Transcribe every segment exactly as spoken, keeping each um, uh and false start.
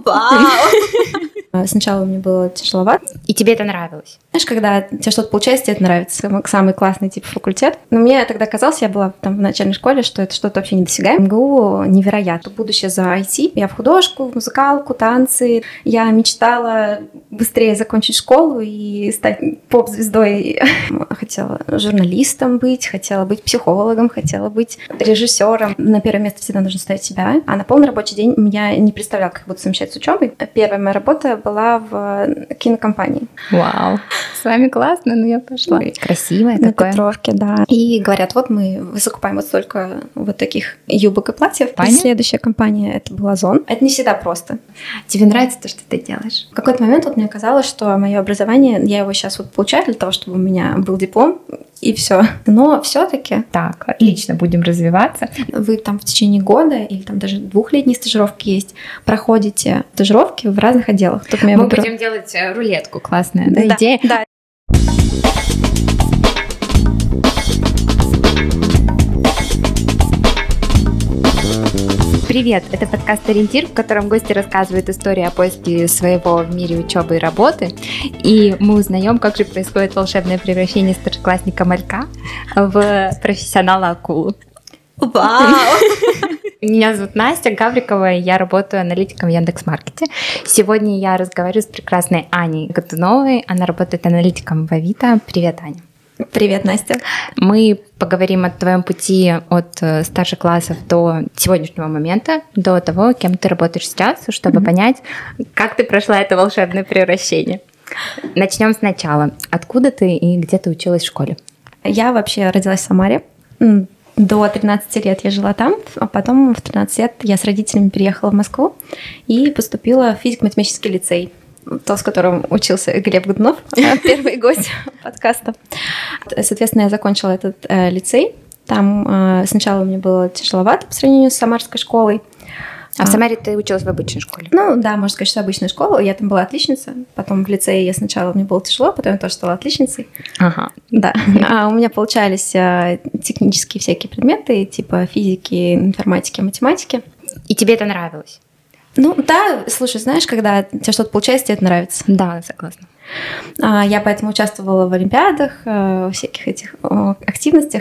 Вау! Сначала мне было тяжеловато. И тебе это нравилось? Знаешь, когда тебе что-то получается, тебе это нравится. Самый классный типа факультет. Но мне тогда казалось, я была там в начальной школе, что это что-то вообще недосягаемое. МГУ невероятно. Будущее за ай ти. Я в художку, в музыкалку, танцы. Я мечтала быстрее закончить школу и стать поп-звездой. Хотела журналистом быть, хотела быть психологом, хотела быть режиссером. На первое место всегда нужно ставить себя. А на полный рабочий день я не представляла, как буду совмещать с учебой. Первая моя работа была в кинокомпании. Вау. С вами классно, но я пошла. Красивая на такое. Петровке, да. И говорят, вот мы закупаем вот столько вот таких юбок и платьев. Понятно. И следующая компания, это был Озон. Это не всегда просто. Тебе нравится то, что ты делаешь? В какой-то момент вот мне казалось, что мое образование, я его сейчас вот получаю для того, чтобы у меня был диплом, и все. Но все-таки так, отлично, будем развиваться. Вы там в течение года или там даже двухлетней стажировки есть, проходите стажировки в разных отделах. Тут мы выбрала... будем делать рулетку, классная, да, да идея? Да. Привет! Это подкаст «Ориентир», в котором гости рассказывают истории о поиске своего в мире учебы и работы. И мы узнаем, как же происходит волшебное превращение старшеклассника Малька в профессионала-акулу. Вау! Меня зовут Настя Гаврикова, и я работаю аналитиком в Яндекс.Маркете. Сегодня я разговариваю с прекрасной Аней Годуновой. Она работает аналитиком в Авито. Привет, Аня. Привет, Настя. Мы поговорим о твоем пути от старших классов до сегодняшнего момента, до того, кем ты работаешь сейчас, чтобы mm-hmm. понять, как ты прошла это волшебное превращение. Начнем сначала. Откуда ты и где ты училась в школе? Я вообще родилась в Самаре. До тринадцати лет я жила там, а потом в тринадцать лет я с родителями переехала в Москву и поступила в физико-математический лицей. То, с которым учился Глеб Годунов, первый гость подкаста. Соответственно, я закончила этот э, лицей. Там э, сначала мне было тяжеловато по сравнению с самарской школой. А в Самаре ты училась в обычной школе? Ну да, можно сказать, что обычная школа. Я там была отличница. Потом в лицее я сначала мне было тяжело, потом я тоже стала отличницей. Ага. Да. А у меня получались э, технические всякие предметы, типа физики, информатики, математики. И тебе это нравилось? Ну да, слушай, знаешь, когда у тебя что-то получается, тебе это нравится. Да, согласна. Я поэтому участвовала в олимпиадах, в всяких этих активностях.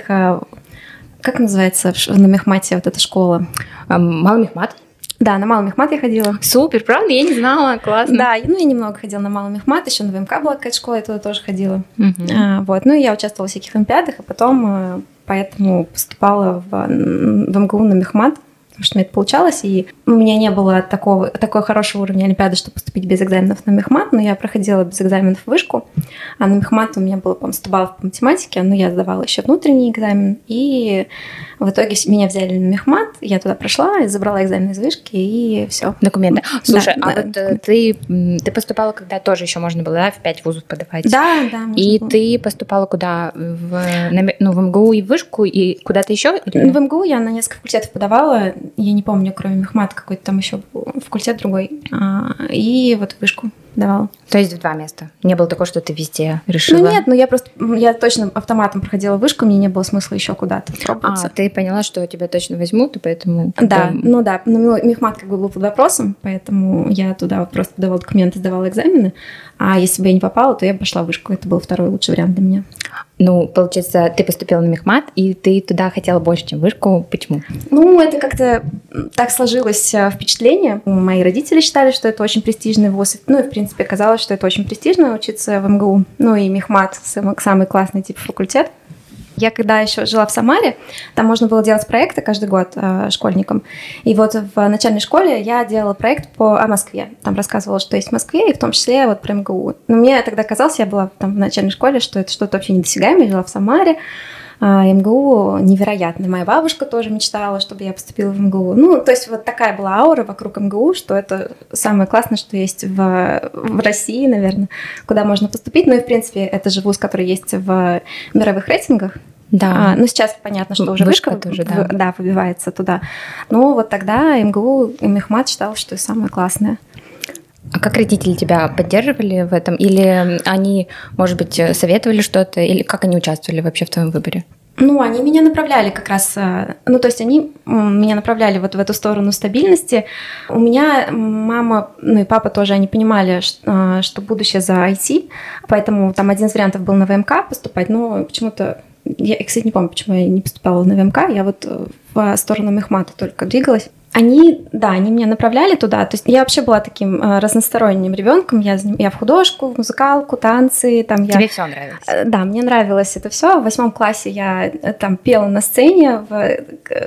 Как называется на мехмате вот эта школа? Малый мехмат. Да, на Малый мехмат я ходила. Супер, правда? Я не знала, классно. Да, ну я немного ходила на Малый мехмат, еще на ВМК была какая-то школа, я туда тоже ходила. Uh-huh. А, вот, ну и я участвовала в всяких олимпиадах, а потом поэтому поступала в, в МГУ на мехмат, потому что у меня это получалось, и у меня не было такого, такого хорошего уровня олимпиады, чтобы поступить без экзаменов на мехмат, но я проходила без экзаменов вышку, а на мехмат у меня было, по-моему, сто баллов по математике, но я сдавала еще внутренний экзамен, и в итоге меня взяли на мехмат, я туда прошла, забрала экзамен из вышки, и все. Документы. Слушай, да, а да, вот документы. ты, ты поступала, когда тоже еще можно было, да, в пять вузов подавать? Да, да. И было. ты поступала куда? В, на, ну, в МГУ и в вышку, и куда-то еще? Или? В МГУ я на несколько факультетов подавала, я не помню, кроме мехмата какой-то там еще был факультет другой, и вот вышку давала. То есть в два места? Не было такого, что ты везде решила? Ну нет, ну я просто, я точно автоматом проходила вышку, мне не было смысла еще куда-то пробоваться. А, ты поняла, что тебя точно возьмут, и поэтому... Да, ну да, но мехмат как бы был под вопросом, поэтому я туда вот просто подавала документы, сдавала экзамены, а если бы я не попала, то я бы пошла в вышку, это был второй лучший вариант для меня. Ну, получается, ты поступила на мехмат, и ты туда хотела больше, чем вышку. Почему? Ну, это как-то так сложилось впечатление. Мои родители считали, что это очень престижный вуз. Ну, и, в принципе, казалось, что это очень престижно учиться в МГУ. Ну, и мехмат – самый классный тип факультет. Я когда еще жила в Самаре, там можно было делать проекты каждый год э, школьникам. И вот в начальной школе я делала проект по, о Москве. Там рассказывала, что есть в Москве, и в том числе вот про МГУ. Но мне тогда казалось, я была там в начальной школе, что это что-то вообще недосягаемое. Я жила в Самаре. А МГУ невероятно. Моя бабушка тоже мечтала, чтобы я поступила в МГУ. Ну, то есть вот такая была аура вокруг МГУ, что это самое классное, что есть в, в России, наверное, куда можно поступить. Ну и, в принципе, это же вуз, который есть в мировых рейтингах. Да. А, ну, сейчас понятно, что уже вышка, вышка тоже, в, да. да, выбивается туда. Но вот тогда МГУ и мехмат считал, что это самое классное. А как родители тебя поддерживали в этом? Или они, может быть, советовали что-то? Или как они участвовали вообще в твоем выборе? Ну, они меня направляли как раз, ну, то есть они меня направляли вот в эту сторону стабильности. У меня мама, ну и папа тоже, они понимали, что, что будущее за ай ти, поэтому там один из вариантов был на вэ эм ка поступать, но почему-то, я, кстати, не помню, почему я не поступала на вэ эм ка, я вот в сторону мехмата только двигалась. Они, да, они меня направляли туда. То есть я вообще была таким э, разносторонним ребенком. Я, я в художку, в музыкалку, танцы. Там Тебе я... все нравилось? Э, да, мне нравилось это все. В восьмом классе я э, там пела на сцене в, э,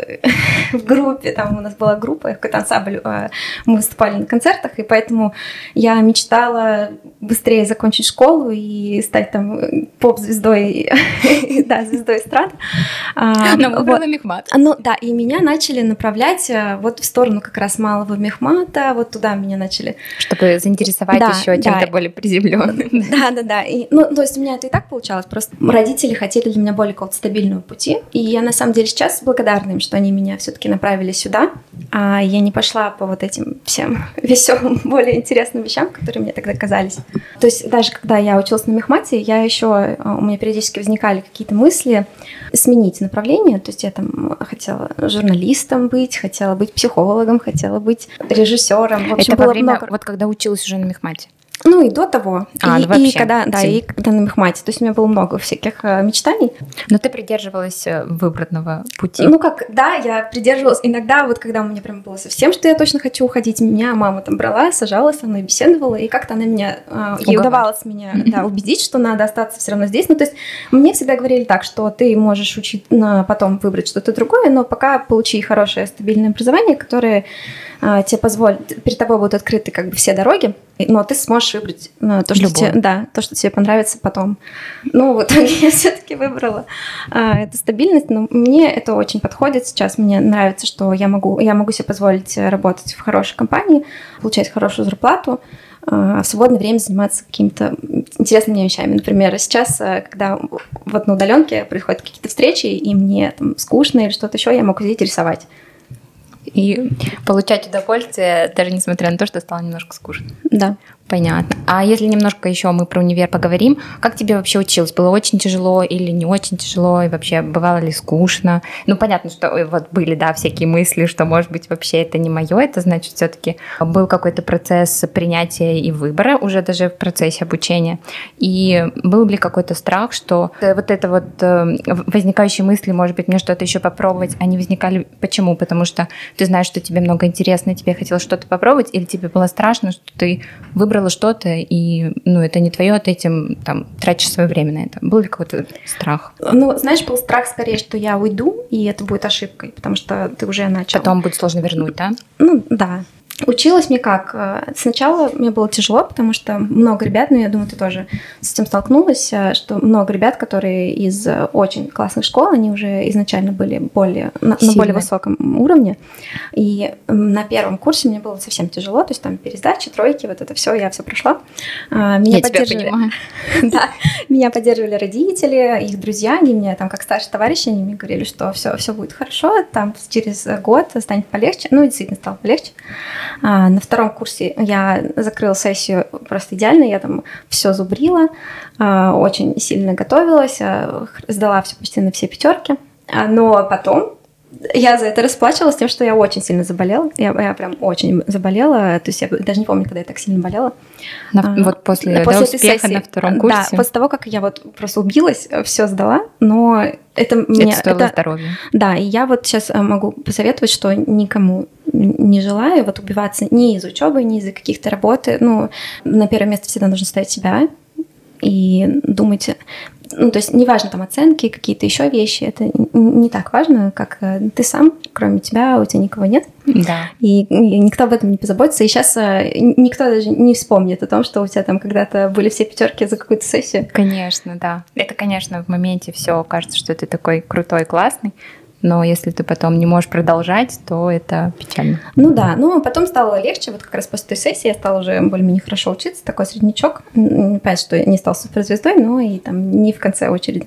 в группе. Там у нас была группа, какой-то ансамбль. Э, мы выступали на концертах, и поэтому я мечтала быстрее закончить школу и стать там поп-звездой, да, звездой эстрады. Но выбрала мехмат. Ну да, и меня начали направлять вот в сторону как раз малого мехмата, вот туда меня начали. Чтобы заинтересовать да, еще чем-то да. более приземленным. Да, да, да. И, ну, то есть у меня это и так получалось, просто родители хотели для меня более какого-то стабильного пути, и я на самом деле сейчас благодарна им, что они меня все-таки направили сюда, а я не пошла по вот этим всем веселым, более интересным вещам, которые мне тогда казались. То есть даже когда я училась на мехмате, я еще, у меня периодически возникали какие-то мысли сменить направление, то есть я там хотела журналистом быть, хотела быть психологом, хотела быть режиссером. В общем, это было во время, много... вот когда училась уже на мехмате? Ну и до того, а, и, ну, и когда, да, и когда на мехмате. То есть у меня было много всяких э, мечтаний. Но ты придерживалась выбранного пути? Ну как, да, я придерживалась. Иногда вот когда у меня прям было совсем, что я точно хочу уходить, меня мама там брала, сажала со мной, беседовала, и как-то она меня, э, ей удавалось меня да, убедить, что надо остаться все равно здесь. Ну то есть мне всегда говорили так, что ты можешь учить, на, потом выбрать что-то другое, но пока получи хорошее стабильное образование, которое э, тебе позволит, перед тобой будут открыты как бы все дороги, но ты сможешь выбрать ну, то, что тебе, да, то, что тебе понравится потом. Ну, в итоге я все-таки выбрала а, эту стабильность, но мне это очень подходит сейчас. Мне нравится, что я могу, я могу себе позволить работать в хорошей компании, получать хорошую зарплату, а в свободное время заниматься какими-то интересными вещами. Например, сейчас, когда вот на удаленке происходят какие-то встречи, и мне там скучно или что-то еще, я могу сидеть и рисовать. И получать удовольствие, даже несмотря на то, что стало немножко скучно. Да. Понятно. А если немножко еще мы про универ поговорим, как тебе вообще училось? Было очень тяжело или не очень тяжело? И вообще, бывало ли скучно? Ну, понятно, что вот были, да, всякие мысли, что, может быть, вообще это не мое. Это значит, все-таки был какой-то процесс принятия и выбора, уже даже в процессе обучения. И был ли какой-то страх, что вот это вот возникающие мысли, может быть, мне что-то еще попробовать, они возникали почему? Потому что ты знаешь, что тебе много интересно, тебе хотелось что-то попробовать, или тебе было страшно, что ты выбрал что-то, и ну, это не твое, ты этим там, тратишь свое время на это. Был ли какой-то страх? Ну, знаешь, был страх скорее, что я уйду, и это будет ошибкой, потому что ты уже начал. Потом будет сложно вернуть, да? Ну, да. Училась мне как? Сначала мне было тяжело, потому что много ребят, ну, я думаю, ты тоже с этим столкнулась, что много ребят, которые из очень классных школ, они уже изначально были более, на, на более высоком уровне. И на первом курсе мне было совсем тяжело, то есть там пересдачи, тройки, вот это все, я все прошла. Меня я поддерживали... тебя понимаю. Да, меня поддерживали родители, их друзья, они мне там как старшие товарищи, они мне говорили, что все, все будет хорошо, там через год станет полегче. Ну, действительно стало полегче. А, на втором курсе я закрыла сессию просто идеально, я там все зубрила, а, очень сильно готовилась, а, сдала все почти на все пятерки, а, но потом я за это расплачивалась тем, что я очень сильно заболела, я, я прям очень заболела, то есть я даже не помню, когда я так сильно болела. На, а, вот после, после да, успеха сессии, на втором курсе? Да, после того, как я вот просто убилась, все сдала, но это мне... Это стоило это, здоровья. Да, и я вот сейчас могу посоветовать, что никому не желаю вот убиваться ни из учебы, ни из-за каких-то работы. Ну, на первое место всегда нужно ставить себя и думать... Ну, то есть неважно там оценки, какие-то еще вещи, это не так важно, как ты сам, кроме тебя, у тебя никого нет. Да. И, и никто об этом не позаботится. И сейчас никто даже не вспомнит о том, что у тебя там когда-то были все пятерки за какую-то сессию. Конечно, да. Это, конечно, в моменте все кажется, что ты такой крутой, классный. Но если ты потом не можешь продолжать, то это печально. Ну да, но потом стало легче. Вот как раз после той сессии я стала уже более-менее хорошо учиться. Такой среднячок. Не понятно, что я не стала суперзвездой, но и там не в конце очереди.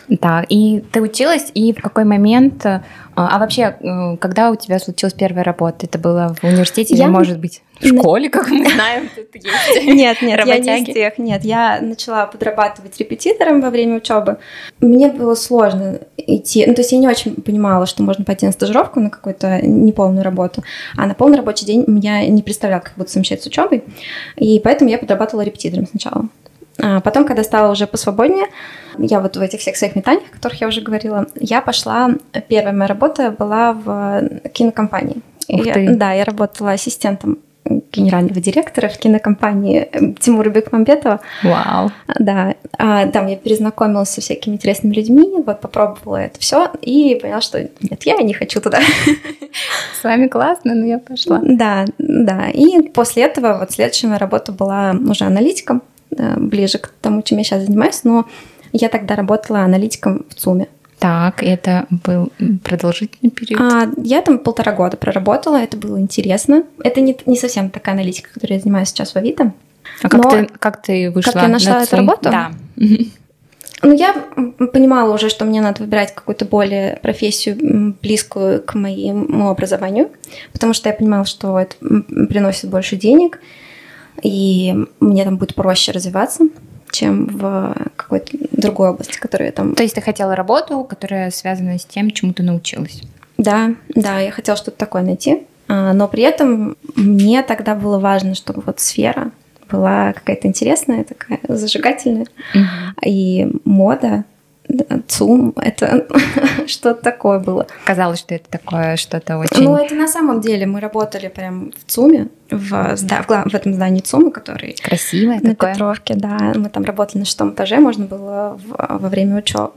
Да, и ты училась, и в какой момент... А вообще, когда у тебя случилась первая работа? Это было в университете я... или, может быть, в школе, как мы знаем, тут есть Нет, нет, я не из тех. Нет, я начала подрабатывать репетитором во время учебы. Мне было сложно идти... Ну, то есть я не очень понимала, что можно пойти на стажировку, на какую-то неполную работу, а на полный рабочий день меня не представляла, как буду совмещать с учебой, и поэтому я подрабатывала репетитором сначала. А потом, когда стала уже посвободнее, я вот в этих всех своих метаниях, о которых я уже говорила, я пошла, первая моя работа была в кинокомпании. Я, да, я работала ассистентом генерального директора в кинокомпании Тимура Бекмамбетова. Вау. Да, а, там я перезнакомилась со всякими интересными людьми, вот попробовала это все и поняла, что нет, я не хочу туда. С вами классно, но я пошла. Да, да. И после этого вот следующая моя работа была уже аналитиком, ближе к тому, чем я сейчас занимаюсь, но я тогда работала аналитиком в ЦУМе. Так, это был продолжительный период? А, я там полтора года проработала, это было интересно. Это не, не совсем такая аналитика, которой я занимаюсь сейчас в Авито. А как, ты, как ты вышла Как я нашла на эту работу? Да. Ну, я понимала уже, что мне надо выбирать какую-то более профессию, близкую к моему образованию, потому что я понимала, что это приносит больше денег, и мне там будет проще развиваться, чем в какой-то другой области, которая там... То есть ты хотела работу, которая связана с тем, чему ты научилась? Да, да, я хотела что-то такое найти, но при этом мне тогда было важно, чтобы вот сфера была какая-то интересная, такая зажигательная, mm-hmm. и мода, ЦУМ, это что-то такое было. Казалось, что это такое что-то очень... Ну, это на самом деле. Мы работали прям в ЦУМе, в, да, в, в этом здании ЦУМа, который... Красивое на такое. Петровке, да. Мы там работали на шестом этаже, можно было в, во время учебы,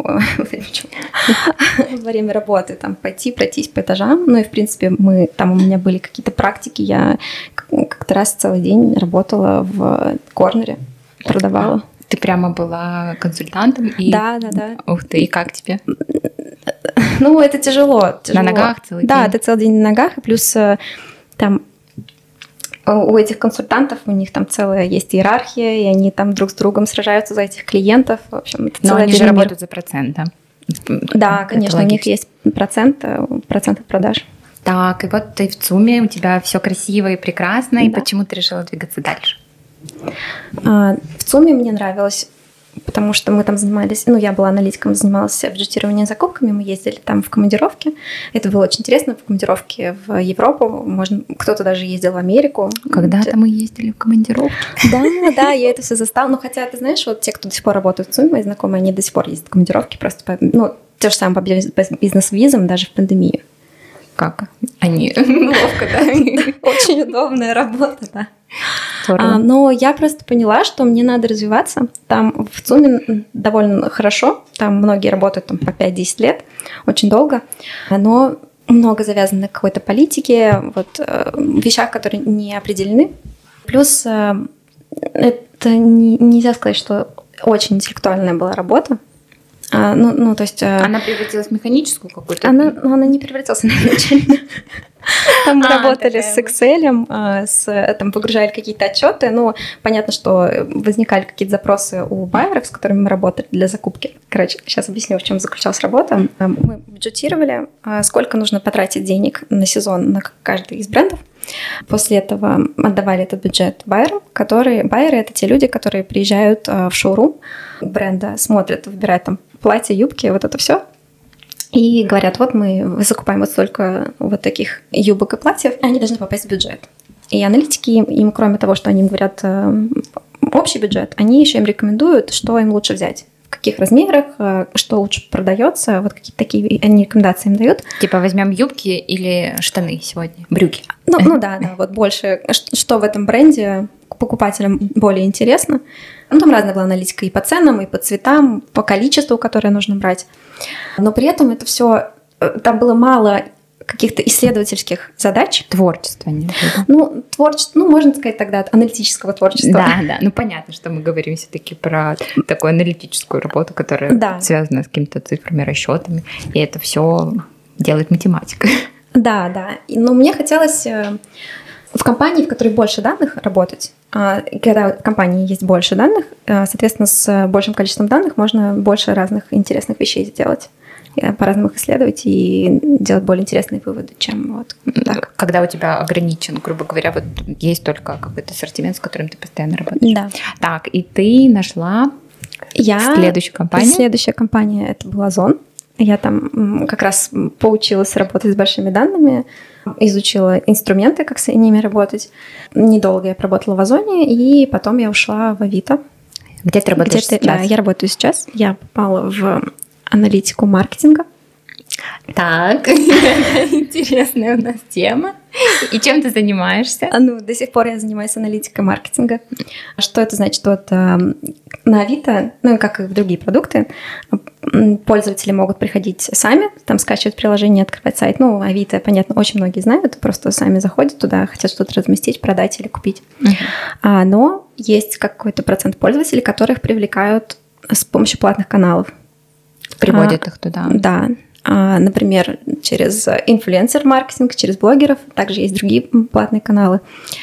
во время работы там пойти, пройтись по этажам. Ну и, в принципе, мы там у меня были какие-то практики. Я как-то раз целый день работала в корнере, продавала. Ты прямо была консультантом? И... Да, да, да. Ух ты, и как тебе? Ну, это тяжело. тяжело. На ногах целый да, день? Да, ты целый день на ногах, и плюс там у этих консультантов, у них там целая есть иерархия, и они там друг с другом сражаются за этих клиентов. В общем, это Но они же мир. работают за процент, да? Да, конечно, у них есть процент, процент от продаж. Так, и вот ты в ЦУМе, у тебя все красиво и прекрасно, и да. Почему ты решила двигаться дальше? В ЦУМе мне нравилось, потому что мы там занимались, ну, я была аналитиком, занималась бюджетированием закупками, мы ездили там в командировки. Это было очень интересно, в командировке в Европу, можно, кто-то даже ездил в Америку. Когда-то мы ездили в командировки. Да, да, я это все застала. Ну, хотя, ты знаешь, вот те, кто до сих пор работают в ЦУМе, мои знакомые, они до сих пор ездят в командировки, просто по, ну, то же самое по бизнес-визам, даже в пандемию. Как? Они ловко, да? Очень удобная работа, да. А, но я просто поняла, что мне надо развиваться. Там в ЦУМе довольно хорошо, там многие работают там, по пять-десять лет, очень долго, но много завязано на какой-то политике, вот, э, вещах, которые не определены. Плюс э, это не, нельзя сказать, что очень интеллектуальная была работа. А, ну, ну, то есть... Она превратилась в механическую какую-то? Она, ну, она не превратилась в механическую. Там мы а, работали с Excel, с, там погружали какие-то отчеты. Ну, понятно, что возникали какие-то запросы у байеров, с которыми мы работали для закупки. Короче, сейчас объясню, в чем заключалась работа. Мы бюджетировали, сколько нужно потратить денег на сезон на каждый из брендов. После этого отдавали этот бюджет байерам, которые... Байеры — это те люди, которые приезжают в шоурум бренда, смотрят, выбирают там платья, юбки, вот это все. И говорят, вот мы закупаем вот столько вот таких юбок и платьев, они должны попасть в бюджет. И аналитики им, им кроме того, что они им говорят э, общий бюджет, они еще им рекомендуют, что им лучше взять, в каких размерах, э, что лучше продается, вот какие-то такие они рекомендации им дают. Типа возьмем юбки или штаны сегодня, брюки. Ну, ну да, да, вот больше, что в этом бренде покупателям более интересно. Ну, там разная была аналитика и по ценам, и по цветам, по количеству, которое нужно брать. Но при этом это все, там было мало каких-то исследовательских задач. Творчество, не Ну, творчество, ну, можно сказать тогда, аналитического творчества. Да, да, ну понятно, что мы говорим все-таки про такую аналитическую работу, которая да. связана с какими-то цифрами, расчетами, и это все делает математика. Да, да. Но мне хотелось В компании, в которой больше данных работать, когда в компании есть больше данных, соответственно, с большим количеством данных можно больше разных интересных вещей сделать, по-разному их исследовать и делать более интересные выводы, чем вот так. Когда у тебя ограничен, грубо говоря, вот есть только какой-то ассортимент, с которым ты постоянно работаешь. Да. Так, и ты нашла Я... следующую компанию? Следующая компания – это был Озон. Я там как раз поучилась работать с большими данными, изучила инструменты, как с ними работать. Недолго я поработала в Озоне, и потом я ушла в Авито. Где ты работаешь Где сейчас? Да, я работаю сейчас. Я попала в аналитику маркетинга. Так, интересная у нас тема. И чем ты занимаешься? Ну, до сих пор я занимаюсь аналитикой маркетинга. Что это значит? Вот э, на Авито, ну, как и в другие продукты, пользователи могут приходить сами, там скачивать приложение, открывать сайт. Ну, Авито, понятно, очень многие знают, просто сами заходят туда, хотят что-то разместить, продать или купить. Uh-huh. А, но есть какой-то процент пользователей, которых привлекают с помощью платных каналов. Приводят а, их туда. Да. Например, через инфлюенсер-маркетинг, через блогеров, также есть другие платные каналы.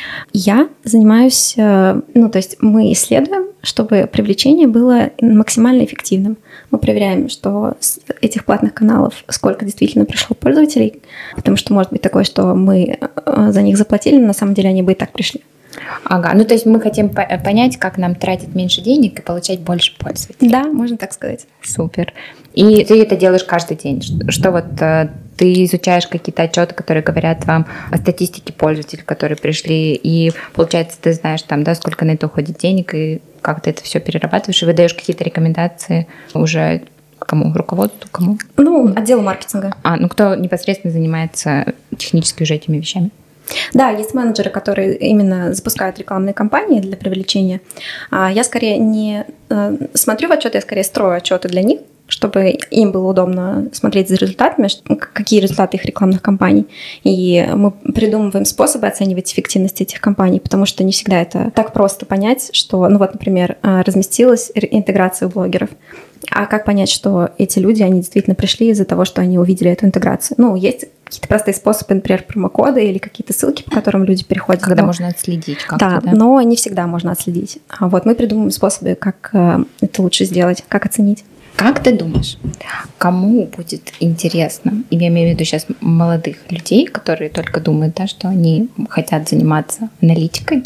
Я занимаюсь, ну, то есть мы исследуем, чтобы привлечение было максимально эффективным. Мы проверяем, что с этих платных каналов сколько действительно пришло пользователей, потому что может быть такое, что мы за них заплатили, но на самом деле они бы и так пришли. Ага, ну то есть мы хотим понять, как нам тратить меньше денег и получать больше пользователей. Да, можно так сказать. Супер. И ты это делаешь каждый день. Что, что вот ты изучаешь какие-то отчеты, которые говорят вам о статистике пользователей, которые пришли, и получается, ты знаешь там, да, сколько на это уходит денег, и как ты это все перерабатываешь, и выдаешь какие-то рекомендации уже кому? Руководству? Кому? Ну, отделу маркетинга. А, ну кто непосредственно занимается технически уже этими вещами? Да, есть менеджеры, которые именно запускают рекламные кампании для привлечения. Я скорее не смотрю в отчеты, я скорее строю отчеты для них, чтобы им было удобно смотреть за результатами, какие результаты их рекламных кампаний. И мы придумываем способы оценивать эффективность этих кампаний, потому что не всегда это так просто понять, что, ну вот, например, разместилась интеграция у блогеров. А как понять, что эти люди, они действительно пришли из-за того, что они увидели эту интеграцию? Ну, есть какие-то простые способы, например, промокоды или какие-то ссылки, по которым люди переходят. Когда но... можно отследить как-то, да, да? но не всегда можно отследить. А вот мы придумываем способы, как это лучше сделать, как оценить. Как ты думаешь, кому будет интересно, и я имею в виду сейчас молодых людей, которые только думают, да, что они хотят заниматься аналитикой,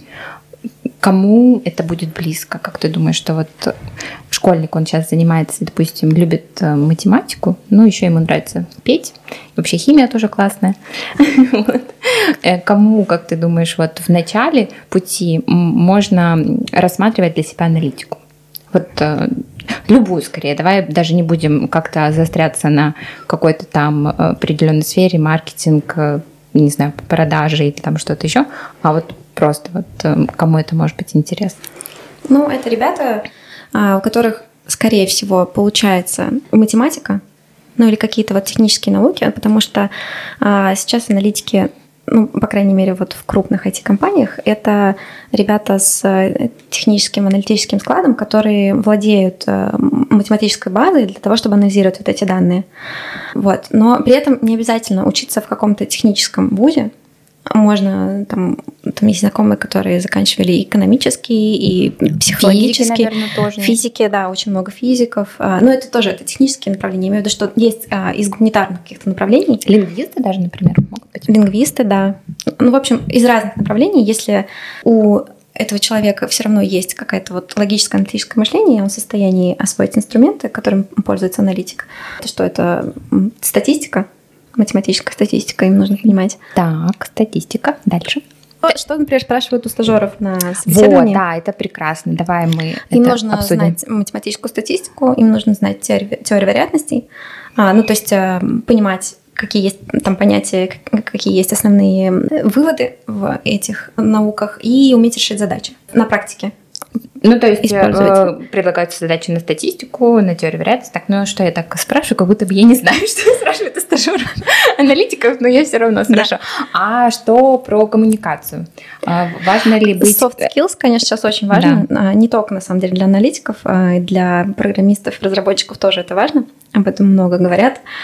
кому это будет близко? Как ты думаешь, что вот школьник, он сейчас занимается, допустим, любит математику, ну, еще ему нравится петь, вообще химия тоже классная. Кому, как ты думаешь, вот в начале пути можно рассматривать для себя аналитику? Вот любую скорее, давай даже не будем как-то заостряться на какой-то там определенной сфере, маркетинг, не знаю, продажи или там что-то еще, а вот просто вот кому это может быть интересно? Ну, это ребята, у которых, скорее всего, получается математика, ну или какие-то вот технические науки, потому что сейчас аналитики, ну, по крайней мере, вот в крупных ай ти-компаниях, это ребята с техническим аналитическим складом, которые владеют математической базой для того, чтобы анализировать вот эти данные. Вот. Но при этом не обязательно учиться в каком-то техническом вузе. Можно, там, там есть знакомые, которые заканчивали и экономические, и психологические. Физики, наверное, тоже. Физики, да, очень много физиков. Но это тоже это технические направления. Я имею в виду, что есть из гуманитарных каких-то направлений. Лингвисты даже, например, могут быть. Лингвисты, да. Ну, в общем, из разных направлений. Если у этого человека все равно есть какая-то вот логическое аналитическое мышление, он в состоянии освоить инструменты, которым пользуется аналитик. Это что, это статистика? Математическая статистика, им нужно понимать. Так, статистика. Дальше. Что, например, спрашивают у стажеров на собеседовании? Вот, да, это прекрасно. Давай мы им это нужно обсудим. Знать математическую статистику, им нужно знать теорию, теорию вероятностей, а, ну, то есть понимать, какие есть там понятия, какие есть основные выводы в этих науках, и уметь решить задачи на практике. Ну, то есть э, предлагаются задачи на статистику, на теорию вероятности. Так, ну что я так спрашиваю, как будто бы я не знаю, что спрашивают у стажеров аналитиков, но я все равно спрашиваю. Да. А что про коммуникацию? А, важно ли быть... Soft skills, конечно, сейчас очень важно. Да. Не только, на самом деле, для аналитиков, а и для программистов, разработчиков тоже это важно. Об этом много говорят.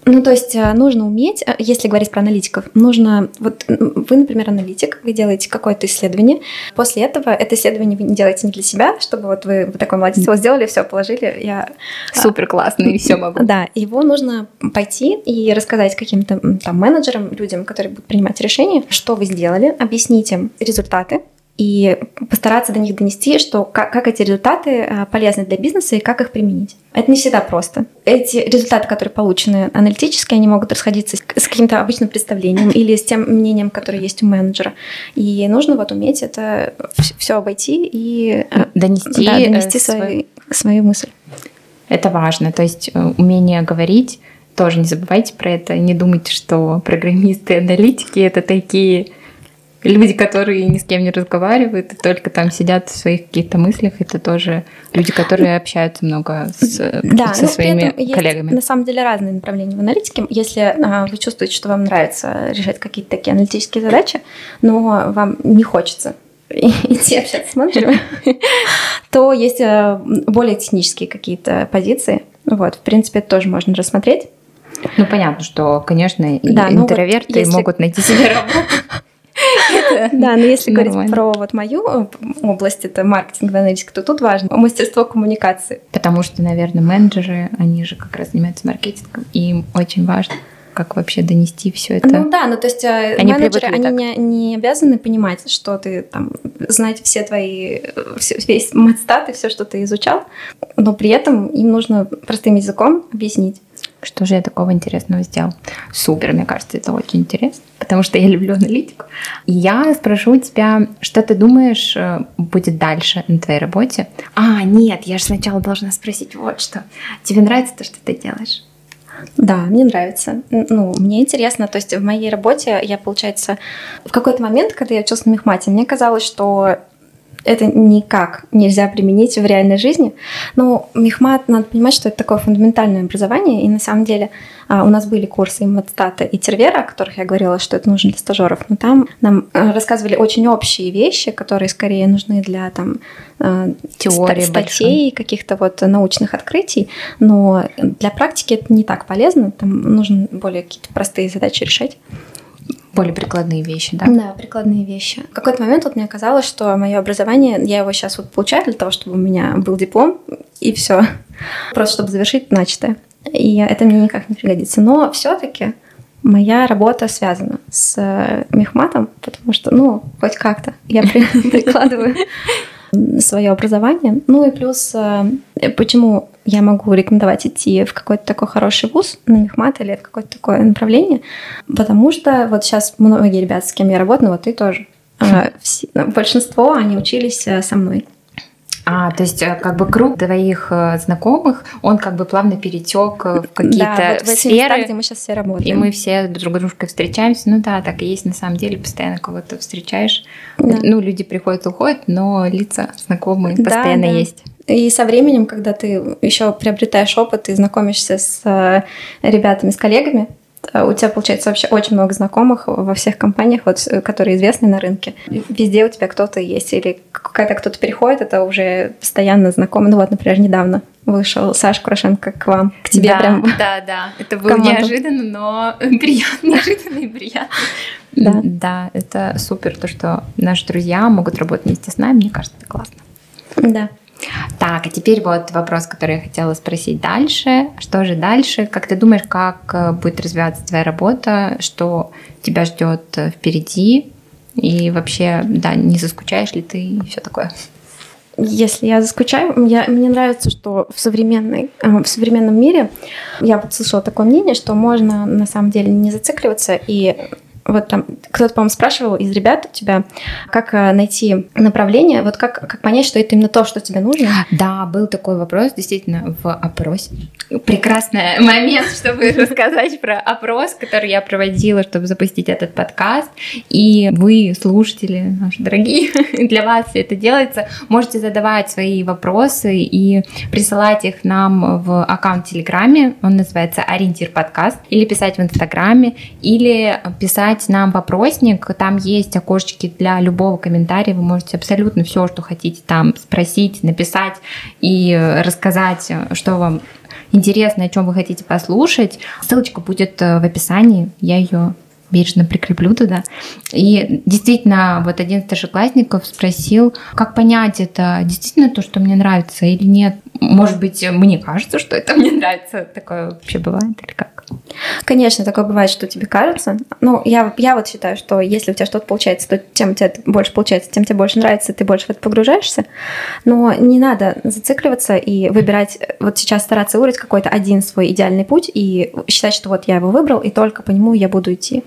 Ну, то есть нужно уметь, если говорить про аналитиков, нужно, вот вы, например, аналитик, вы делаете какое-то исследование, после этого это исследование вы не делаете не для себя, чтобы вот вы, вы такой молодец, его сделали, все положили, я... Супер классный, и все могу. Да, его нужно пойти и рассказать каким-то там менеджерам, людям, которые будут принимать решения, что вы сделали, объяснить им результаты, и постараться до них донести, что как, как эти результаты полезны для бизнеса и как их применить. Это не всегда просто. Эти результаты, которые получены аналитически, они могут расходиться с каким-то обычным представлением или с тем мнением, которое есть у менеджера. И нужно вот уметь это все обойти и донести, да, донести свой... свою, свою мысль. Это важно. То есть умение говорить, тоже не забывайте про это. Не думайте, что программисты, аналитики — это такие... люди, которые ни с кем не разговаривают, и только там сидят в своих каких-то мыслях, это тоже люди, которые общаются много с, да, со своими коллегами. Есть, на самом деле, разные направления в аналитике. Если а, вы чувствуете, что вам нравится решать какие-то такие аналитические задачи, но вам не хочется идти общаться с менеджерами, то есть более технические какие-то позиции. Вот, в принципе, это тоже можно рассмотреть. Ну, понятно, что, конечно, интроверты могут найти себе работу. Да, но если говорить про вот мою область, это маркетинговая аналитика, то тут важно мастерство коммуникации. Потому что, наверное, менеджеры, они же как раз занимаются маркетингом, и им очень важно, как вообще донести все это. Ну да, ну то есть они менеджеры, они не, не обязаны понимать, что ты там, знать все твои, все, весь матстат и все, что ты изучал, но при этом им нужно простым языком объяснить. Что же я такого интересного сделал? Супер, мне кажется, это очень интересно, потому что я люблю аналитику. И я спрошу у тебя, что ты думаешь будет дальше на твоей работе? А, нет, я же сначала должна спросить вот что. Тебе нравится то, что ты делаешь? Да, мне нравится. Ну, мне интересно. То есть в моей работе я, получается, в какой-то момент, когда я училась на мехмате, мне казалось, что это никак нельзя применить в реальной жизни. Но мехмат, надо понимать, что это такое фундаментальное образование, и на самом деле у нас были курсы и матстата, и тервера, о которых я говорила, что это нужно для стажеров, но там нам рассказывали очень общие вещи, которые скорее нужны для там, теории, статей, каких-то вот научных открытий, но для практики это не так полезно, там нужно более какие-то простые задачи решать. Более прикладные вещи, да? Да, прикладные вещи. В какой-то момент вот мне казалось, что мое образование, я его сейчас вот получаю для того, чтобы у меня был диплом, и все, просто чтобы завершить начатое. И это мне никак не пригодится. Но все-таки моя работа связана с мехматом, потому что, ну, хоть как-то я прикладываю свое образование. Ну и плюс, почему я могу рекомендовать идти в какой-то такой хороший вуз, на мехмат или в какое-то такое направление, потому что вот сейчас многие ребята, с кем я работаю, вот ты тоже, все, большинство, они учились со мной. А, то есть как бы круг твоих знакомых, он как бы плавно перетек в какие-то да, вот в сферы, места, где мы сейчас все работаем. И мы все друг с дружкой встречаемся. Ну да, так и есть на самом деле, постоянно кого-то встречаешь. Да. Ну, люди приходят и уходят, но лица знакомые да, постоянно да. есть. И со временем, когда ты еще приобретаешь опыт и знакомишься с ребятами, с коллегами, у тебя получается вообще очень много знакомых во всех компаниях, вот, которые известны на рынке. Везде у тебя кто-то есть. Или когда кто-то переходит, это уже постоянно знакомый. Ну вот, например, недавно вышел Саша Курашенко к вам, к тебе да, прям. Да, да, это было неожиданно, но приятно, неожиданно и приятно. Да. Да, это супер, то, что наши друзья могут работать вместе с нами, мне кажется, это классно. Да. Так, а теперь вот вопрос, который я хотела спросить дальше. Что же дальше? Как ты думаешь, как будет развиваться твоя работа? Что тебя ждет впереди? И вообще, да, не заскучаешь ли ты и все такое? Если я заскучаю, я, мне нравится, что в, современной, в современном мире я вот слышала такое мнение, что можно на самом деле не зацикливаться и вот там кто-то, по-моему, спрашивал из ребят у тебя, как найти направление, вот как, как понять, что это именно то, что тебе нужно? Да, был такой вопрос, действительно, в опросе. Прекрасный момент, чтобы рассказать про опрос, который я проводила, чтобы запустить этот подкаст. И вы, слушатели наши дорогие, для вас все это делается. Можете задавать свои вопросы и присылать их нам в аккаунт в Телеграме, он называется «Ориентир подкаст», или писать в Инстаграме, или писать нам вопросник, там есть окошечки для любого комментария, вы можете абсолютно все, что хотите там спросить, написать и рассказать, что вам интересно, о чем вы хотите послушать, ссылочка будет в описании, я ее бережно прикреплю туда. И действительно, вот один из старшеклассников спросил, как понять, это действительно то, что мне нравится или нет. Может быть, мне кажется, что это мне нравится. Такое вообще бывает или как? Конечно, такое бывает, что тебе кажется. Ну, я, я вот считаю, что если у тебя что-то получается, то тем у тебя больше получается, тем тебе больше нравится, ты больше в это погружаешься. Но не надо зацикливаться и выбирать, вот сейчас стараться выбрать какой-то один свой идеальный путь и считать, что вот я его выбрал, и только по нему я буду идти.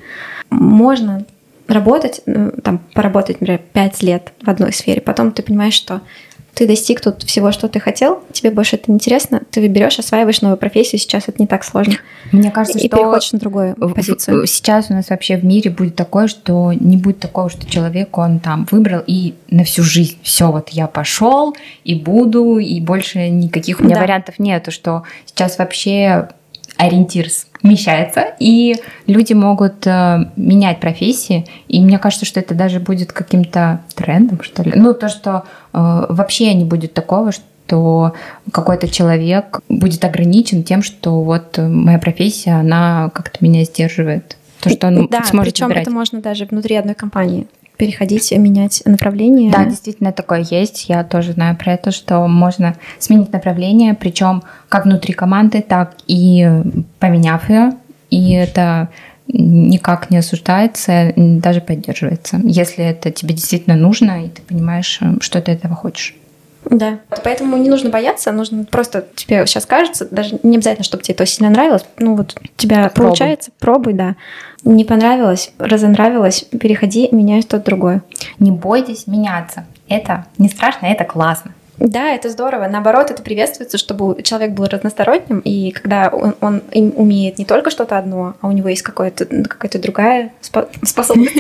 Можно работать, там, поработать, например, пять лет в одной сфере, потом ты понимаешь, что ты достиг тут всего, что ты хотел, тебе больше это не интересно, ты выберешь, осваиваешь новую профессию, сейчас это не так сложно. Мне кажется, и что переходишь на другую позицию. Сейчас у нас вообще в мире будет такое, что не будет такого, что человек, он там выбрал и на всю жизнь, все, вот я пошел и буду, и больше никаких у меня да. вариантов нету, что сейчас вообще ориентир смещается, и люди могут э, менять профессии, и мне кажется, что это даже будет каким-то трендом, что ли. Ну, то, что э, вообще не будет такого, что какой-то человек будет ограничен тем, что вот моя профессия, она как-то меня сдерживает. То, что он да, сможет причем выбирать. Это можно даже внутри одной компании переходить, менять направление. Да, действительно такое есть. Я тоже знаю про это, что можно сменить направление, причем как внутри команды, так и поменяв ее. И это никак не осуждается, даже поддерживается, если это тебе действительно нужно, и ты понимаешь, что ты этого хочешь. Да, поэтому не нужно бояться, нужно просто, тебе сейчас кажется, даже не обязательно, чтобы тебе это сильно нравилось, ну вот у тебя пробуй. Получается, пробуй, да. Не понравилось, разонравилось, переходи, меняй что-то другое. Не бойтесь меняться, это не страшно, это классно. Да, это здорово. Наоборот, это приветствуется, чтобы человек был разносторонним, и когда он, он умеет не только что-то одно, а у него есть какая-то, какая-то другая способность.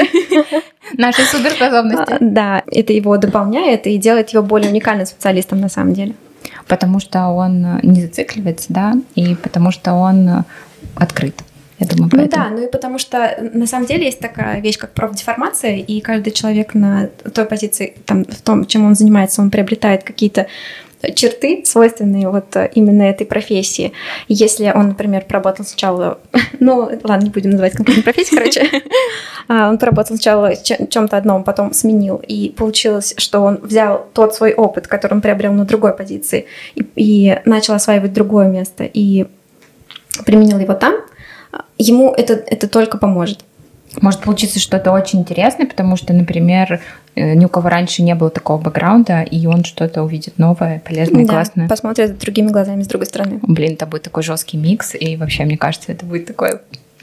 Наши суперспособности. Да, это его дополняет и делает его более уникальным специалистом на самом деле. Потому что он не зацикливается, да, и потому что он открыт. Я думаю, ну да, ну и потому что на самом деле есть такая вещь, как профдеформация, и каждый человек на той позиции, там, в том, чем он занимается, он приобретает какие-то черты, свойственные вот именно этой профессии. Если он, например, поработал сначала, ну ладно, не будем называть конкретную профессию, короче, он поработал сначала в чем-то одном, потом сменил, и получилось, что он взял тот свой опыт, который он приобрел на другой позиции, и, и начал осваивать другое место, и применил его там, ему это, это только поможет. Может получиться что-то очень интересное, потому что, например, ни у кого раньше не было такого бэкграунда, и он что-то увидит новое, полезное, да, классное. Посмотрит другими глазами с другой стороны. Блин, это будет такой жесткий микс, и вообще, мне кажется, это будет такой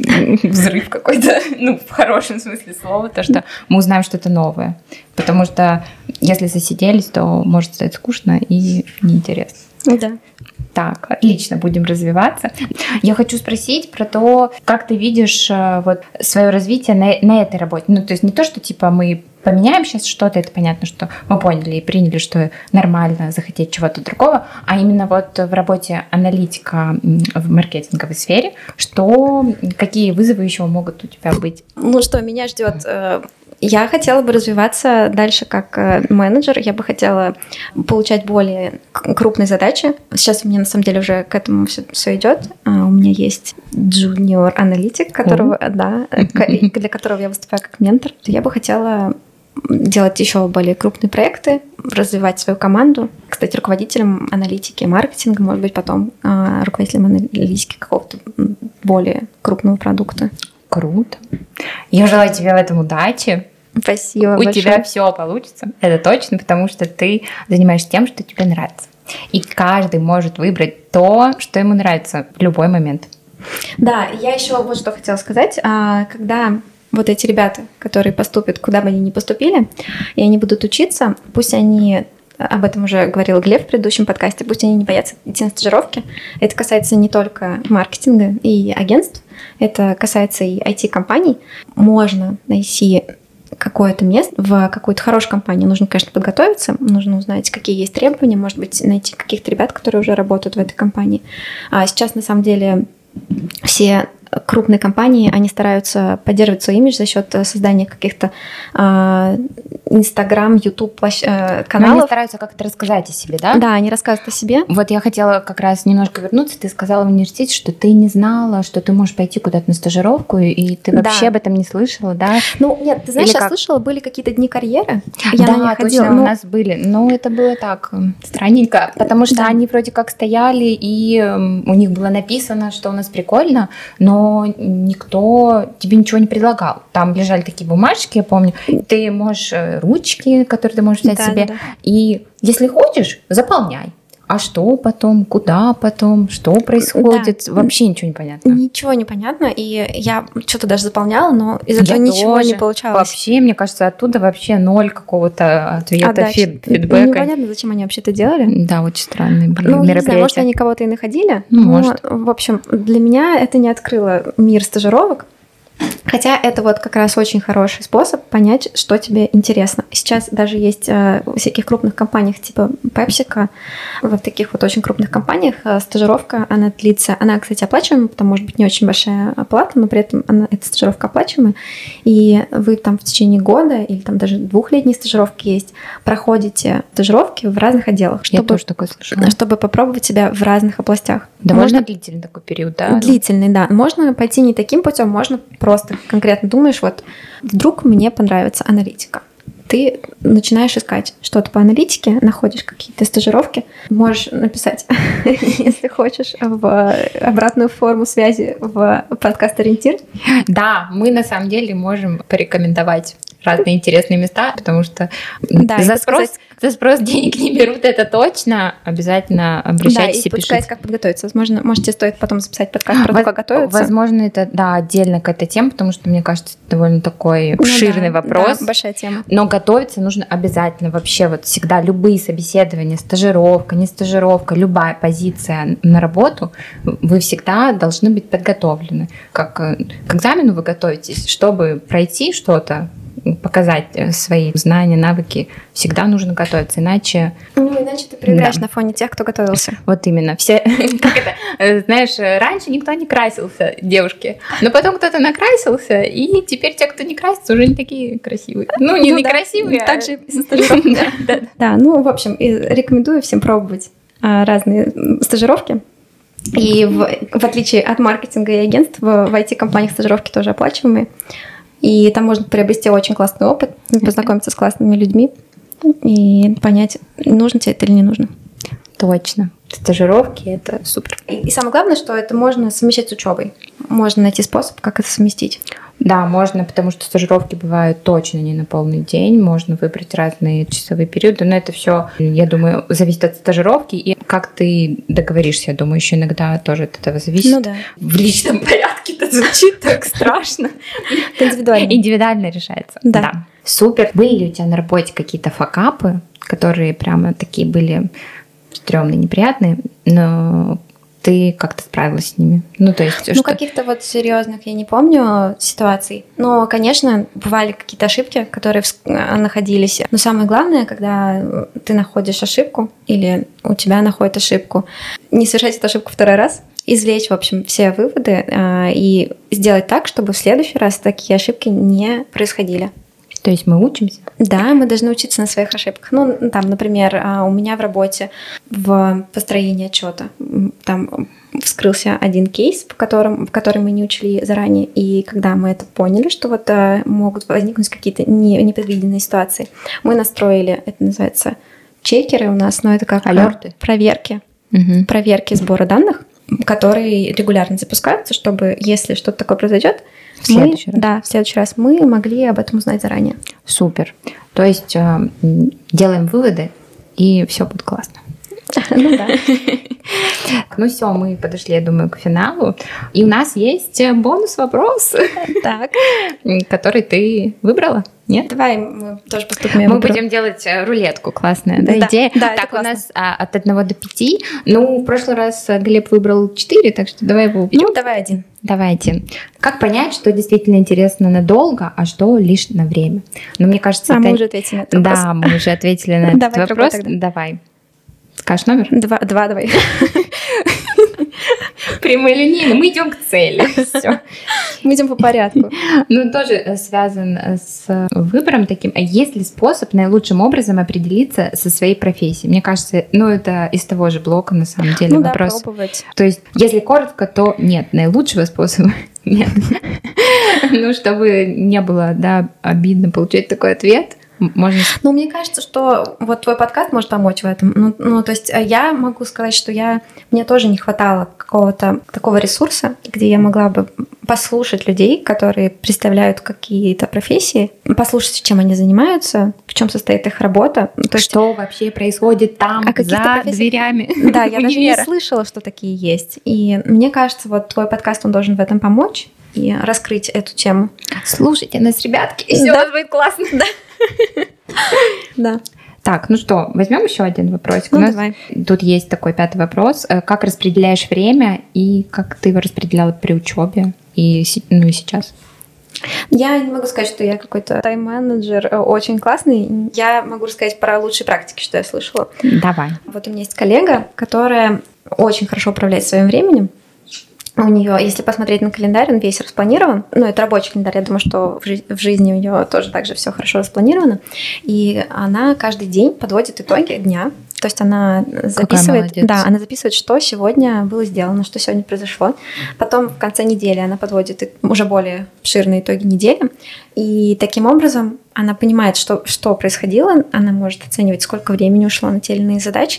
взрыв какой-то, ну, в хорошем смысле слова, то, что мы узнаем что-то новое. Потому что если засиделись, то может стать скучно и неинтересно. Да. Так, отлично, будем развиваться. Я хочу спросить про то, как ты видишь вот свое развитие на, на этой работе. Ну, то есть не то, что типа мы поменяем сейчас что-то, это понятно, что мы поняли и приняли, что нормально захотеть чего-то другого, а именно вот в работе аналитика в маркетинговой сфере, что, какие вызовы еще могут у тебя быть? Ну что, меня ждет... Я хотела бы развиваться дальше как менеджер, я бы хотела получать более крупные задачи. Сейчас у меня на самом деле уже к этому все, все идет. У меня есть джуниор-аналитик, которого, mm-hmm. да, mm-hmm. для которого я выступаю как ментор. Я бы хотела делать еще более крупные проекты, развивать свою команду. Кстати, руководителем аналитики, маркетинга, может быть, потом руководителем аналитики какого-то более крупного продукта. Круто. Я желаю тебе в этом удачи. Спасибо У большое. тебя все получится, это точно, потому что ты занимаешься тем, что тебе нравится. И каждый может выбрать то, что ему нравится в любой момент. Да, я еще вот что хотела сказать. Когда вот эти ребята, которые поступят, куда бы они ни поступили, и они будут учиться, пусть они... Об этом уже говорил Глеб в предыдущем подкасте. Пусть они не боятся идти на стажировки. Это касается не только маркетинга и агентств, это касается и ай ти-компаний. Можно найти какое-то место в какую-то хорошую компанию. Нужно, конечно, подготовиться, нужно узнать, какие есть требования, может быть, найти каких-то ребят, которые уже работают в этой компании. А сейчас, на самом деле, все крупные компании, они стараются поддерживать свой имидж за счет создания каких-то Инстаграм, Ютуб каналов. Но они стараются как-то рассказать о себе, да? Да, они рассказывают о себе. Вот я хотела как раз немножко вернуться. Ты сказала в университете, что ты не знала, что ты можешь пойти куда-то на стажировку, и ты вообще да. об этом не слышала, да? Ну, нет, ты знаешь, Или я как? слышала, были какие-то дни карьеры. Я да, на них точно, ходила, но... у нас были. Но это было так странненько, потому что да. они вроде как стояли, и у них было написано, что у нас прикольно, но никто тебе ничего не предлагал. Там лежали такие бумажки, я помню. Ты можешь ручки, которые ты можешь взять да, себе, да, да. и если хочешь, заполняй. А что потом, куда потом, что происходит, да. вообще ничего не понятно. Ничего не понятно, и я что-то даже заполняла, но из этого ничего не получалось. Вообще, мне кажется, оттуда вообще ноль какого-то ответа, фид- фидбэка. Непонятно, зачем они вообще это делали. Да, очень странные были ну, мероприятия. Не знаю, может, они кого-то и находили, ну, но, может. в общем, для меня это не открыло мир стажировок. Хотя это вот как раз очень хороший способ понять, что тебе интересно. Сейчас даже есть э, в всяких крупных компаниях типа PepsiCo, в таких вот очень крупных компаниях э, стажировка, она длится, она, кстати, оплачиваемая, потому может быть не очень большая оплата, но при этом она, эта стажировка оплачиваемая, и вы там в течение года или там даже двухлетние стажировки есть, проходите стажировки в разных отделах, чтобы, Я тоже такое слышала. чтобы попробовать себя в разных областях. Довольно можно... длительный такой период, да? Длительный, да. Можно пойти не таким путем, можно просто конкретно думаешь, вот вдруг мне понравится аналитика. Ты начинаешь искать что-то по аналитике, находишь какие-то стажировки, можешь написать, если хочешь, в обратную форму связи в подкаст «Ориентир». Да, мы на самом деле можем порекомендовать разные интересные места, потому что да, за, спрос, за спрос денег не берут, это точно. Обязательно обращайтесь да, и, и подсказать, как подготовиться. Возможно, можете стоит потом записать подкаст про то, как готовиться. Возможно, это, да, отдельно какая-то тема, потому что, мне кажется, это довольно такой обширный ну, да, вопрос. Да, большая тема. Но готовиться нужно обязательно вообще. Вот всегда любые собеседования, стажировка, не стажировка, любая позиция на работу, вы всегда должны быть подготовлены. Как к экзамену вы готовитесь, чтобы пройти что-то, показать свои знания, навыки, всегда нужно готовиться, иначе... Ну, иначе ты проиграешь да. на фоне тех, кто готовился. Вот именно. Все, как это, знаешь, раньше никто не красился, девушки, но потом кто-то накрасился, и теперь те, кто не красится, уже не такие красивые. Ну, не, ну, не да. красивые, Так же и со стажировками. да, да. да, ну, в общем, рекомендую всем пробовать разные стажировки. И в, в отличие от маркетинга и агентств, в ай ти-компаниях стажировки тоже оплачиваемые. И там можно приобрести очень классный опыт, познакомиться с классными людьми и понять, нужно тебе это или не нужно. Точно. Стажировки — это супер. И, и самое главное, что это можно совмещать с учебой. Можно найти способ, как это совместить. Да, можно, потому что стажировки бывают точно не на полный день. Можно выбрать разные часовые периоды, но это все, я думаю, зависит от стажировки и как ты договоришься. Я думаю, еще иногда тоже от этого зависит. Ну да. В личном порядке это звучит так страшно. Это индивидуально. Индивидуально решается. Да. Супер. Были ли у тебя на работе какие-то факапы, которые прямо такие были стрёмные, неприятные, но ты как-то справилась с ними? Ну, то есть, ну что... каких-то вот серьезных я не помню ситуаций. Но, конечно, бывали какие-то ошибки, которые находились. Но самое главное, когда ты находишь ошибку или у тебя находят ошибку, не совершать эту ошибку второй раз, извлечь, в общем, все выводы э, и сделать так, чтобы в следующий раз такие ошибки не происходили. То есть мы учимся? Да, мы должны учиться на своих ошибках. Ну, там, например, у меня в работе в построении отчета там вскрылся один кейс, по которым, в который мы не учли заранее, и когда мы это поняли, что вот а, могут возникнуть какие-то не, непредвиденные ситуации, мы настроили, это называется чекеры у нас, но это как алерты, проверки, угу. проверки сбора данных, которые регулярно запускаются, чтобы, если что-то такое произойдет, в следующий мы, раз. Да, в следующий раз мы могли об этом узнать заранее. Супер. То есть э, делаем выводы, и все будет классно. Ну да. Ну все, мы подошли, я думаю, к финалу. И у нас есть бонус-вопрос, так. который ты выбрала. Нет? Давай мы тоже поступим. Мы будем делать рулетку. Классная, да, да идея? Да, так, у нас а, от одного до пяти. Ну, в прошлый раз Глеб выбрал четыре, так что давай его уберем. Ну, давай один. Давай один. Как понять, что действительно интересно надолго, а что лишь на время? Ну, мне кажется, а это... мы уже ответили на этот вопрос. Да, мы уже ответили на этот вопрос. Давай. Скажешь номер? Два, два давай. прямолинейно. Мы идем к цели. Все. Мы идем по порядку. Ну, тоже связан с выбором таким. А есть ли способ наилучшим образом определиться со своей профессией? Мне кажется, ну, это из того же блока, на самом деле, ну, вопрос. Да, пробовать. То есть, если коротко, то нет, наилучшего способа нет. Ну, чтобы не было, да, обидно получать такой ответ. Можно... Ну, мне кажется, что вот твой подкаст может помочь в этом. Ну, ну, то есть я могу сказать, что я... мне тоже не хватало какого-то такого ресурса, где я могла бы послушать людей, которые представляют какие-то профессии, послушать, чем они занимаются, в чем состоит их работа. То что есть... вообще происходит там, а за дверями. Да, я даже не слышала, что такие есть. И мне кажется, вот твой подкаст, он должен в этом помочь и раскрыть эту тему. Слушайте нас, ребятки, и все у вас будет классно. Да. Да. Так, ну что, возьмем еще один вопросик. Ну, У нас давай. Тут есть такой пятый вопрос. Как распределяешь время и как ты его распределяла при учебе и, ну, и сейчас? Я не могу сказать, что я какой-то тайм-менеджер очень классный. Я могу рассказать про лучшие практики, что я слышала. Давай. Вот у меня есть коллега, которая очень хорошо управляет своим временем. У нее, если посмотреть на календарь, он весь распланирован. Ну, это рабочий календарь. Я думаю, что в, жи- в жизни у нее тоже так же все хорошо распланировано. И она каждый день подводит итоги дня. То есть она записывает, да, она записывает, что сегодня было сделано, что сегодня произошло. Потом в конце недели она подводит уже более обширные итоги недели. И таким образом она понимает, что, что происходило, она может оценивать, сколько времени ушло на те или иные задачи.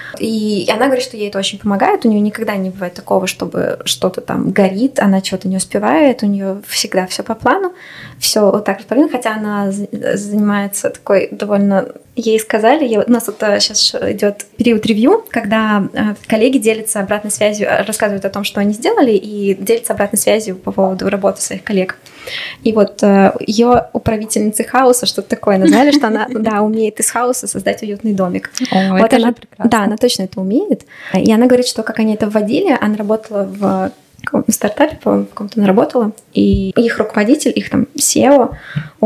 И она говорит, что ей это очень помогает. У нее никогда не бывает такого, чтобы что-то там горит, она что-то не успевает, у нее всегда все по плану, все вот так распланировано, хотя она занимается такой довольно... Ей сказали, я, у нас вот сейчас идет период ревью, когда коллеги делятся обратной связью, рассказывают о том, что они сделали, и делятся обратной связью по поводу работы своих коллег. И вот ее управительницы хаоса, что-то такое назвали, что она, да, умеет из хаоса создать уютный домик. О, вот это она, же прекрасно. Да, она точно это умеет. И она говорит, что как они это вводили, она работала в в стартапе, по-моему, в каком-то она работала, и их руководитель, их там си и о,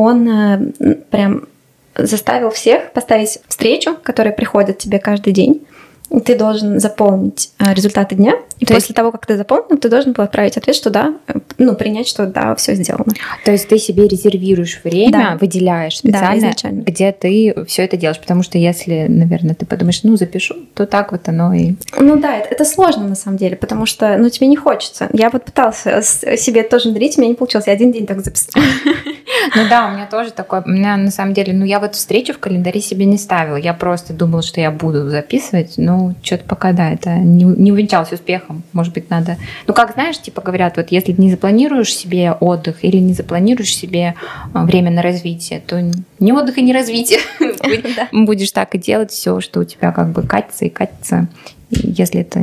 он прям заставил всех поставить встречу, которая приходит тебе каждый день. И ты должен заполнить результаты дня. И то после есть... того, как ты заполнил, ты должен был отправить ответ, что да, ну, принять, что да, все сделано. То есть ты себе резервируешь время, да. выделяешь специально, да, где ты все это делаешь. Потому что если, наверное, ты подумаешь, ну, запишу, то так вот оно и... Ну да, это, это сложно на самом деле, потому что, ну, тебе не хочется. Я вот пыталась себе тоже дарить, у меня не получилось. Я один день так записала. Ну да, у меня тоже такое. У меня на самом деле, ну, я вот встречу в календаре себе не ставила. Я просто думала, что я буду записывать, но Ну, что-то пока, да, это не, не увенчалось успехом. Может быть, надо... Ну, как, знаешь, типа говорят, вот если не запланируешь себе отдых или не запланируешь себе время на развитие, то ни отдых и ни развитие. Будешь так и делать все, что у тебя как бы катится и катится. Если это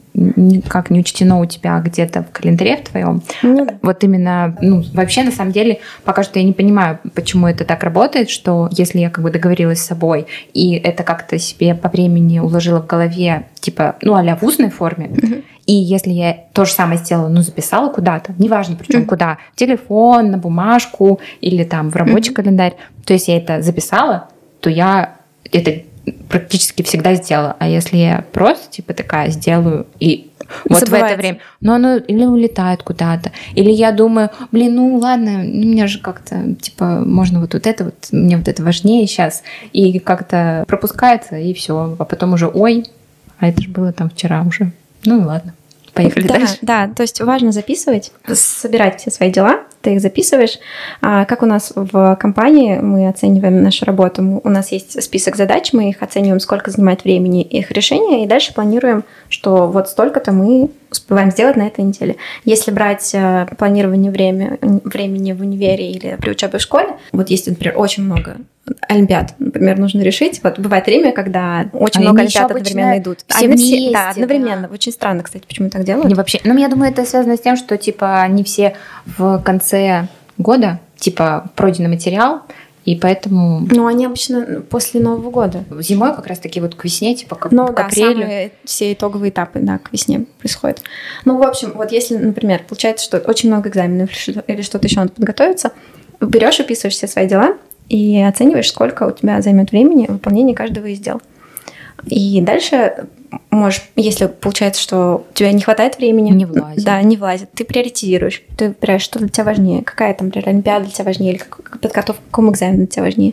никак не учтено у тебя где-то в календаре в твоем, ну, да. вот именно, ну, вообще, на самом деле, пока что я не понимаю, почему это так работает, что если я как бы договорилась с собой, и это как-то себе по времени уложила в голове, типа, ну, а-ля в устной форме, mm-hmm. и если я то же самое сделала, ну, записала куда-то, неважно причем mm-hmm. куда, в телефон, на бумажку или там в рабочий mm-hmm. календарь, то есть я это записала, то я это практически всегда сделала. А если я просто типа такая сделаю и вот в это время, ну оно или улетает куда-то, или я думаю, блин, ну ладно, ну, мне же как-то типа можно вот, вот это вот, мне вот это важнее сейчас, и как-то пропускается, и все, а потом уже, ой, а это же было там вчера уже, ну и ладно. Поехали да, дальше. Да, то есть важно записывать, собирать все свои дела, ты их записываешь. А как у нас в компании мы оцениваем нашу работу, у нас есть список задач, мы их оцениваем, сколько занимает времени их решение, и дальше планируем, что вот столько-то мы успеваем сделать на этой неделе. Если брать планирование время, времени в универе или при учебе в школе, вот есть, например, очень много олимпиад, например, нужно решить. Вот бывает время, когда очень а много олимпиад одновременно идут. Все они вместе, все, да, одновременно. Да. Очень странно, кстати, почему так делают. Не вообще. Ну, я думаю, это связано с тем, что типа они все в конце года, типа пройденный материал, и поэтому... Ну, они обычно после Нового года. Зимой как раз-таки вот к весне, типа к, ну, к да, апрелю. Самые, все итоговые этапы, да, к весне происходят. Ну, в общем, вот если, например, получается, что очень много экзаменов или что-то еще надо подготовиться, берешь, описываешь все свои дела и оцениваешь, сколько у тебя займет времени выполнение каждого из дел. И дальше можешь, если получается, что у тебя не хватает времени, не влазит. Да, не влазит. Ты приоритизируешь, ты выбираешь, что для тебя важнее, какая там, например, олимпиада для тебя важнее, или как, подготовка к какому экзамену для тебя важнее.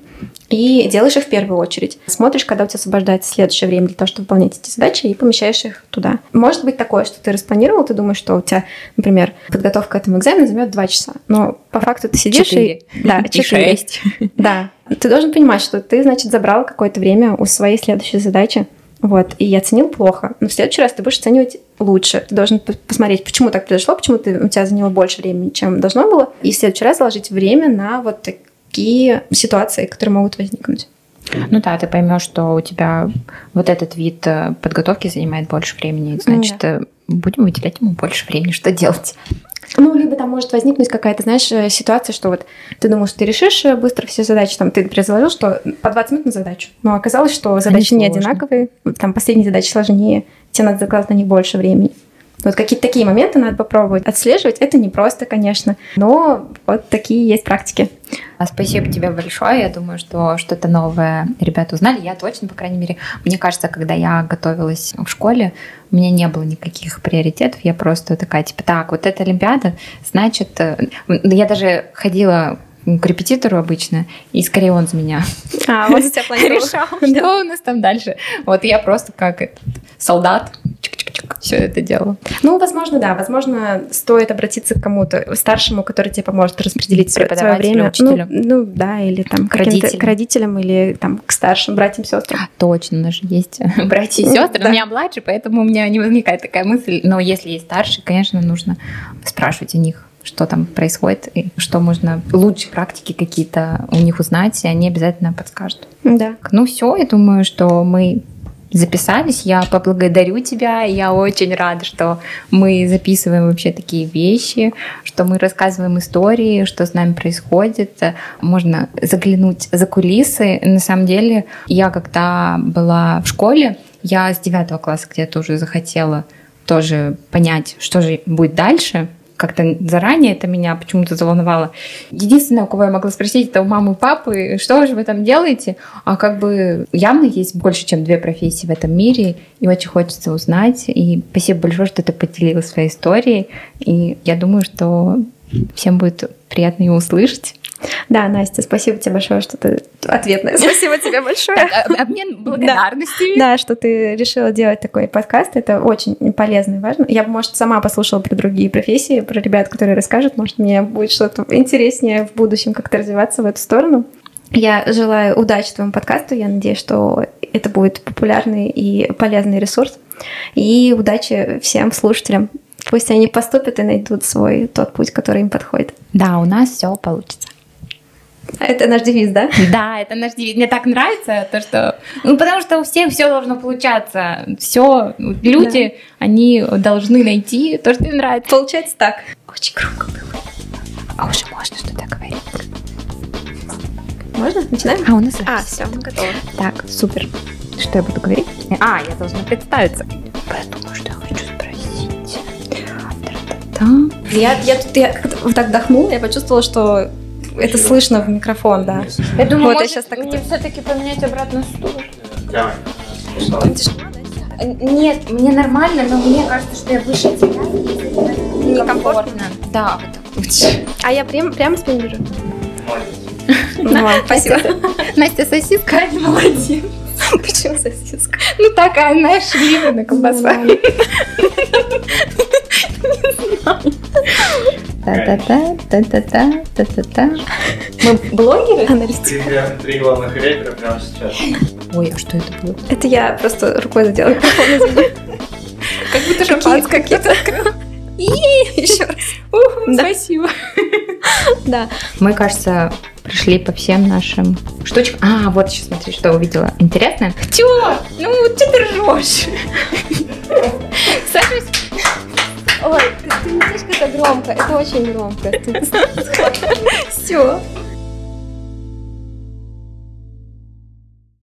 И делаешь их в первую очередь. Смотришь, когда у тебя освобождается следующее время для того, чтобы выполнять эти задачи, и помещаешь их туда. Может быть такое, что ты распланировал, ты думаешь, что у тебя, например, подготовка к этому экзамену займет два часа. Но по факту ты сидишь четыре. и... Да, четыре. Да. Ты должен понимать, что ты, значит, забрал какое-то время у своей следующей задачи. Вот, и я оценил плохо. Но в следующий раз ты будешь оценивать лучше. Ты должен посмотреть, почему так произошло, почему ты, у тебя заняло больше времени, чем должно было. И в следующий раз заложить время на вот такие ситуации, которые могут возникнуть. Ну да, ты поймешь, что у тебя вот этот вид подготовки занимает больше времени. Значит, да. будем выделять ему больше времени. Что делать? Ну, либо там может возникнуть какая-то, знаешь, ситуация, что вот ты думал, что ты решишь быстро все задачи, там, ты, например, заложил, что по двадцать минут на задачу, но оказалось, что задачи не одинаковые, там, последние задачи сложнее, тебе надо закладывать на них больше времени. Вот какие-то такие моменты надо попробовать отслеживать. Это непросто, конечно, но вот такие есть практики. Спасибо тебе большое. Я думаю, что что-то новое ребята узнали. Я точно, по крайней мере, мне кажется, когда я готовилась в школе, у меня не было никаких приоритетов. Я просто такая, типа, так, вот эта олимпиада, значит... Я даже ходила к репетитору обычно, и скорее он за меня а, вот тебя решал, что у нас там дальше. Вот я просто как этот солдат все это делала. Ну, возможно, да. Возможно, стоит обратиться к кому-то старшему, который тебе поможет распределить свое время. Учителю. Ну, ну, да, или там к родителям. к родителям, или там к старшим братьям, сестрам. Точно, у нас же есть братья и сестры. Да. У меня младше, поэтому у меня не возникает такая мысль. Но если есть старшие, конечно, нужно спрашивать о них, что там происходит, и что можно, лучшие практики какие-то у них узнать, и они обязательно подскажут. Да. Ну все, я думаю, что мы записались. Я поблагодарю тебя. Я очень рада, что мы записываем вообще такие вещи, что мы рассказываем истории, что с нами происходит. Можно заглянуть за кулисы. На самом деле, я когда была в школе, я с девятого класса где-то уже захотела тоже понять, что же будет дальше. Как-то заранее это меня почему-то заволновало. Единственное, у кого я могла спросить, это у мамы и папы, что же вы там делаете? А как бы явно есть больше, чем две профессии в этом мире, и очень хочется узнать. И спасибо большое, что ты поделилась своей историей. И я думаю, что всем будет приятно ее услышать. Да, Настя, спасибо тебе большое, что ты ответная. Спасибо тебе большое. Обмен благодарностями. Да, что ты решила делать такой подкаст. Это очень полезно и важно. Я бы, может, сама послушала про другие профессии, про ребят, которые расскажут. Может, мне будет что-то интереснее в будущем как-то развиваться в эту сторону. Я желаю удачи твоему подкасту. Я надеюсь, что это будет популярный и полезный ресурс. И удачи всем слушателям. Пусть они поступят и найдут свой тот путь, который им подходит. Да, у нас все получится. Это наш девиз, да? Да, это наш девиз. Мне так нравится то, что... Ну, потому что у всех все должно получаться. Все, люди, да. они должны найти то, что им нравится. Получается так. Очень громко было. А уже можно что-то говорить. Можно? Начинаем? А, у нас... А, все, мы готовы. Так, супер. Что я буду говорить? А, я должна представиться. Я думаю, что я хочу спросить. Я, я тут я вот так вдохнула, я почувствовала, что это слышно в микрофон, да. Я думаю, вот может, я сейчас так... мне все-таки поменять обратно стул? Давай. Нет, мне нормально, но мне кажется, что я выше тебя. Некомфортно? Да, вот так. А я прям, прямо спину держу? Ну, спасибо. Настя сосиска, а не молодец. Почему сосиска? Ну такая, знаешь, швивная колбаса. Та-та-та, та-та-та, та-та-та. Мы блогеры? Аналитики. Три главных рэпера прямо сейчас. Ой, а что это было? Это я просто рукой задела микрофон, извини. Как будто шампанское какие-то открыла. Еще раз. Спасибо. Да. Мы, кажется, пришли по всем нашим штучкам. А, вот еще смотри, что увидела. Интересно? Чё? Ну, что ты ржешь? Сажусь. Ой, ты, ты не слишком это громко, это очень громко. Все.